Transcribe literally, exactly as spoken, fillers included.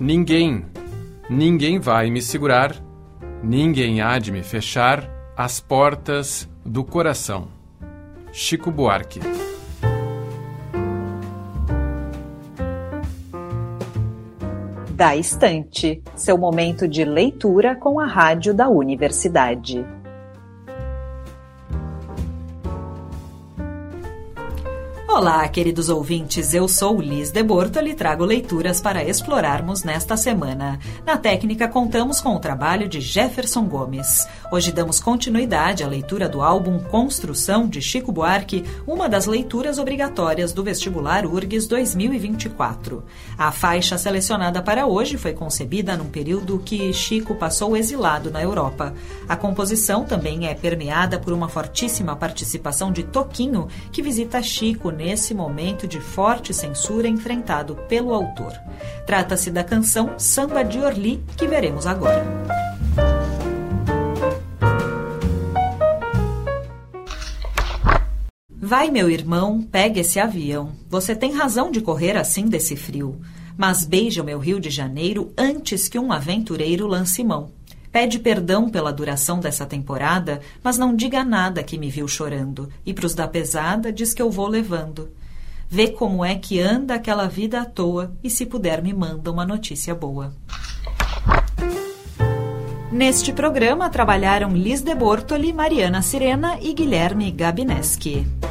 Ninguém, ninguém vai me segurar, ninguém há de me fechar as portas do coração. Chico Buarque. Da Estante, seu momento de leitura com a rádio da universidade. Olá, queridos ouvintes, eu sou Liz de Bortoli e trago leituras para explorarmos nesta semana. Na técnica, contamos com o trabalho de Jefferson Gomes. Hoje damos continuidade à leitura do álbum Construção, de Chico Buarque, uma das leituras obrigatórias do vestibular U R G S dois mil e vinte e quatro. A faixa selecionada para hoje foi concebida num período que Chico passou exilado na Europa. A composição também é permeada por uma fortíssima participação de Toquinho, que visita Chico nesse momento de forte censura enfrentado pelo autor. Trata-se da canção Samba de Orly, que veremos agora. Vai, meu irmão, pegue esse avião. Você tem razão de correr assim desse frio. Mas beija o meu Rio de Janeiro antes que um aventureiro lance mão. Pede perdão pela duração dessa temporada, mas não diga nada que me viu chorando. E pros da pesada diz que eu vou levando. Vê como é que anda aquela vida à toa e se puder me manda uma notícia boa. Neste programa trabalharam Liz de Bortoli, Mariana Sirena e Guilherme Gabineschi.